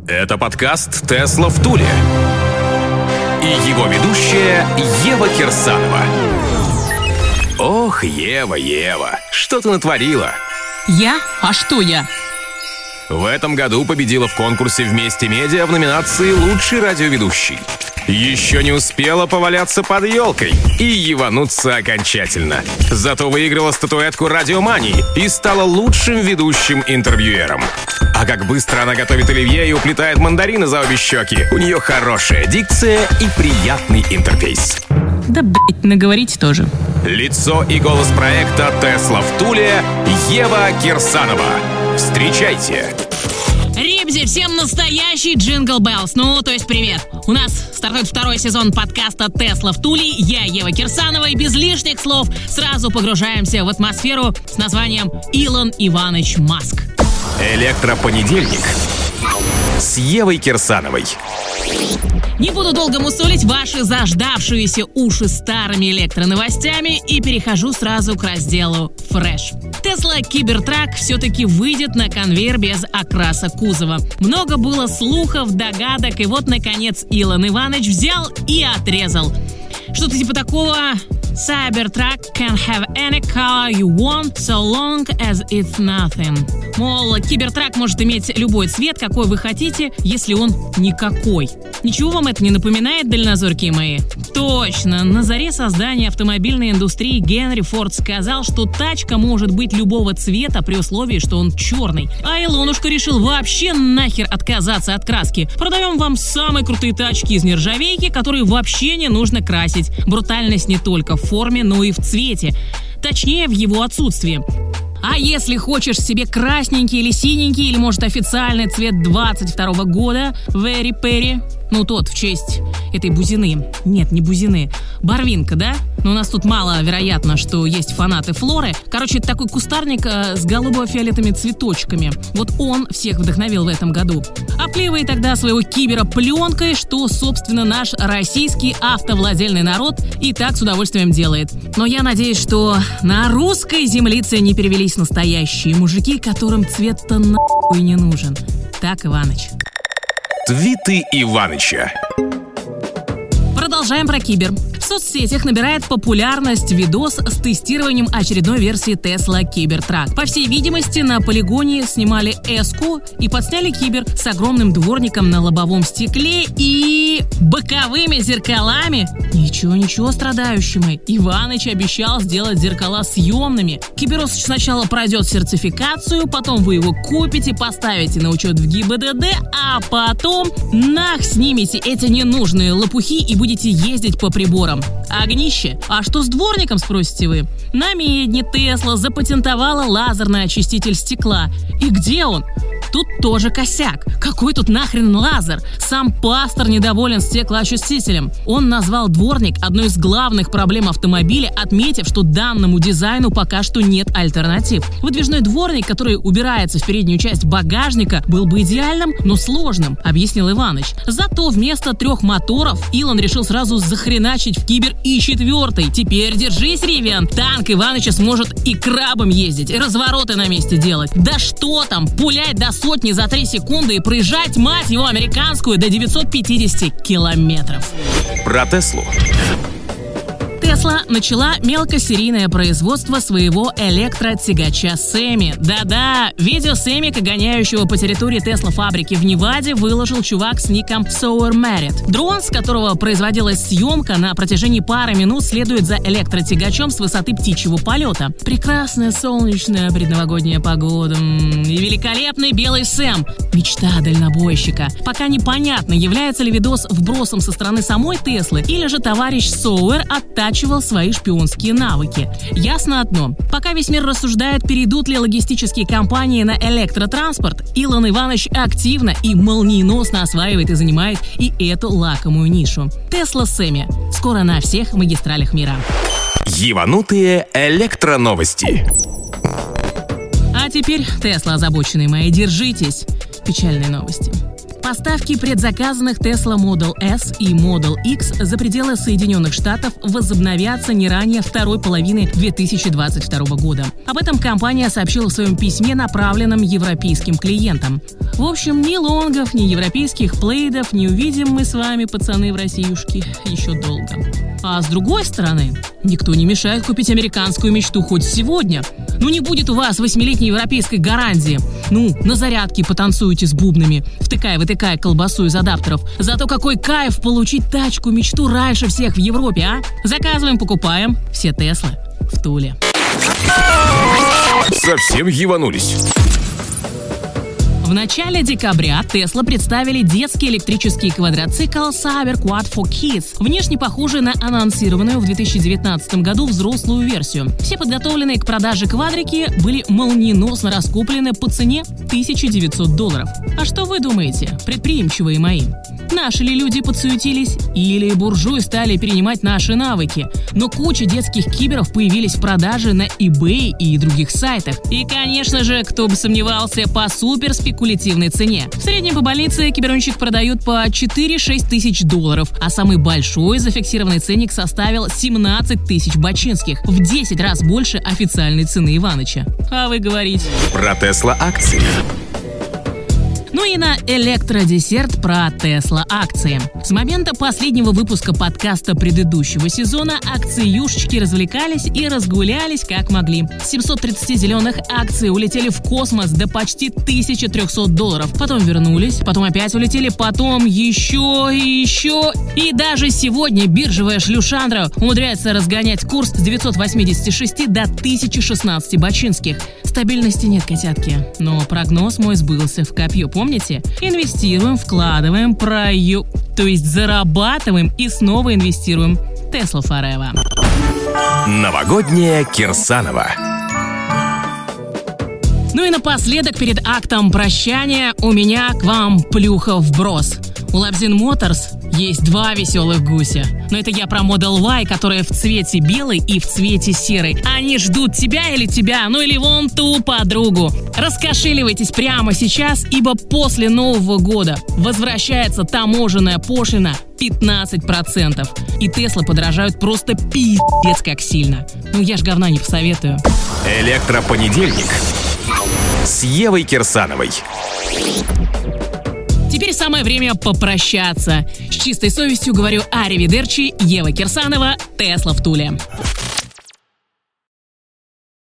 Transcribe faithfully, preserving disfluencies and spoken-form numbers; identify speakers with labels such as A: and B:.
A: Это подкаст «Тесла в Туле». И его ведущая Ева Кирсанова. Ох, Ева, Ева, что ты натворила?
B: Я? А что я?
A: В этом году победила в конкурсе «Вместе Медиа» в номинации «Лучший радиоведущий». Еще не успела поваляться под елкой и евануться окончательно. Зато выиграла статуэтку «Радиомании» и стала лучшим ведущим интервьюером. А как быстро она готовит оливье и уплетает мандарины за обе щеки. У нее хорошая дикция и приятный интерфейс.
B: Да, блять, наговорите тоже.
A: Лицо и голос проекта «Тесла в Туле» Ева Кирсанова. Встречайте!
B: Ребзи, всем настоящий Джингл Беллс. Ну, то есть привет. У нас стартует второй сезон подкаста «Тесла в Туле». Я Ева Кирсанова, и без лишних слов сразу погружаемся в атмосферу с названием «Илон Иванович Маск».
A: Электропонедельник с Евой Кирсановой.
B: Не буду долго мусолить ваши заждавшиеся уши старыми электроновостями и перехожу сразу к разделу «Фреш». Tesla Cybertruck все-таки выйдет на конвейер без окраса кузова. Много было слухов, догадок, и вот, наконец, Илон Иванович взял и отрезал. Что-то типа такого: Cybertruck can have any color you want, so long as it's nothing. Мол, Cybertruck может иметь любой цвет, какой вы хотите, если он никакой. Ничего вам это не напоминает, дальнозоркие мои? Точно, на заре создания автомобильной индустрии Генри Форд сказал, что тачка может быть любого цвета при условии, что он черный. А Илонушка решил вообще нахер отказаться от краски. Продаем вам самые крутые тачки из нержавейки, которые вообще не нужно красить. Брутальность не только в форме, но и в цвете. Точнее, в его отсутствии. А если хочешь себе красненький или синенький, или, может, официальный цвет двадцать второго года, Very Perry, ну тот в честь этой бузины. Нет, не бузины. Барвинка, да? Но у нас тут мало вероятно, что есть фанаты Флоры. Короче, это такой кустарник э, с голубо-фиолетовыми цветочками. Вот он всех вдохновил в этом году. Обклеивай тогда своего кибера пленкой, что, собственно, наш российский автовладельный народ и так с удовольствием делает. Но я надеюсь, что на русской землице не перевелись настоящие мужики, которым цвет-то нахуй не нужен. Так, Иваныч.
A: Твиты Иваныча.
B: Продолжаем про кибер. В соцсетях набирает популярность видос с тестированием очередной версии Tesla Cybertruck. По всей видимости, на полигоне снимали эску и подсняли кибер с огромным дворником на лобовом стекле и боковыми зеркалами. Ничего-ничего, страдающими. Иваныч обещал сделать зеркала съемными. Киберос сначала пройдет сертификацию, потом вы его купите, поставите на учет в ГИБДД, а потом нах снимете эти ненужные лопухи и будете ездить по приборам. Огнище? А что с дворником, спросите вы? На Медне Tesla запатентовала лазерный очиститель стекла. И где он? Тут тоже косяк. Какой тут нахрен лазер? Сам пастор недоволен стеклоочистителем. Он назвал дворник одной из главных проблем автомобиля, отметив, что данному дизайну пока что нет альтернатив. Выдвижной дворник, который убирается в переднюю часть багажника, был бы идеальным, но сложным, объяснил Иваныч. Зато вместо трех моторов Илон решил сразу захреначить в кибер и четвертый. Теперь держись, Ривиан. Танк Иваныча сможет и крабом ездить, и развороты на месте делать. Да что там, пулять до сотни за три секунды и проезжать, мать его, американскую до девятьсот пятьдесят километров.
A: Про Теслу.
B: Tesla начала мелкосерийное производство своего электротягача Сэмми. Да-да, видео Сэммика, гоняющего по территории Tesla фабрики в Неваде, выложил чувак с ником Sour Merit. Дрон, с которого производилась съемка, на протяжении пары минут следует за электротягачом с высоты птичьего полета. Прекрасная солнечная предновогодняя погода и великолепный белый Сэм. Мечта дальнобойщика. Пока непонятно, является ли видос вбросом со стороны самой Теслы, или же товарищ Соуэр оттачивает свои шпионские навыки. Ясно одно. Пока весь мир рассуждает, перейдут ли логистические компании на электротранспорт, Илон Иванович активно и молниеносно осваивает и занимает и эту лакомую нишу. Tesla Сэмми. Скоро на всех магистралях мира.
A: Еванутые электроновости.
B: А теперь, Tesla озабоченные мои, держитесь. Печальные новости. Поставки предзаказанных Tesla Model S и Model X за пределы Соединенных Штатов возобновятся не ранее второй половины две тысячи двадцать второго года. Об этом компания сообщила в своем письме, направленном европейским клиентам. В общем, ни лонгов, ни европейских плейдов не увидим мы с вами, пацаны, в Россиюшке еще долго. А с другой стороны, никто не мешает купить американскую мечту хоть сегодня. Ну не будет у вас восьмилетней европейской гарантии. Ну, на зарядке потанцуете с бубнами, втыкая-вытыкая колбасу из адаптеров. Зато какой кайф получить тачку мечту раньше всех в Европе, а? Заказываем, покупаем. Все Теслы в Туле.
A: Совсем ебанулись.
B: В начале декабря Tesla представили детский электрический квадроцикл Cyberquad for Kids, внешне похожий на анонсированную в две тысячи девятнадцатом году взрослую версию. Все подготовленные к продаже квадрики были молниеносно раскуплены по цене тысяча девятьсот долларов. А что вы думаете, предприимчивые мои? Наши ли люди подсуетились, или буржуи стали перенимать наши навыки? Но куча детских киберов появились в продаже на eBay и других сайтах. И, конечно же, кто бы сомневался, по супер спекулятивной цене. В среднем по больнице киберончик продают по четыре-шесть тысяч долларов, а самый большой зафиксированный ценник составил семнадцать тысяч бачинских, в десять раз больше официальной цены Иваныча. А вы говорите?
A: Про Tesla акции.
B: Ну и на электродесерт про Tesla акции. С момента последнего выпуска подкаста предыдущего сезона акциюшечки развлекались и разгулялись как могли. С семисот тридцати зеленых акций улетели в космос до почти тысячи трехсот долларов. Потом вернулись, потом опять улетели, потом еще и еще. И даже сегодня биржевая шлюшандра умудряется разгонять курс с девятисот восьмидесяти шести до тысячи шестнадцати бачинских. Стабильности нет, котятки. Но прогноз мой сбылся в копье, помните? Инвестируем, вкладываем, прою... То есть зарабатываем и снова инвестируем. Tesla Forever.
A: Новогодняя Кирсанова.
B: Ну и напоследок, перед актом прощания, у меня к вам плюха вброс. У Labzin Motors есть два веселых гуся. Но это я про Model Y, которая в цвете белый и в цвете серый. Они ждут тебя или тебя, ну или вон ту подругу. Раскошеливайтесь прямо сейчас, ибо после Нового года возвращается таможенная пошлина пятнадцать процентов. И Tesla подорожают просто пиздец как сильно. Ну я ж говна не посоветую.
A: Электропонедельник с Евой Кирсановой.
B: Теперь самое время попрощаться. С чистой совестью говорю аривидерчи, Ева Кирсанова, Tesla в Туле.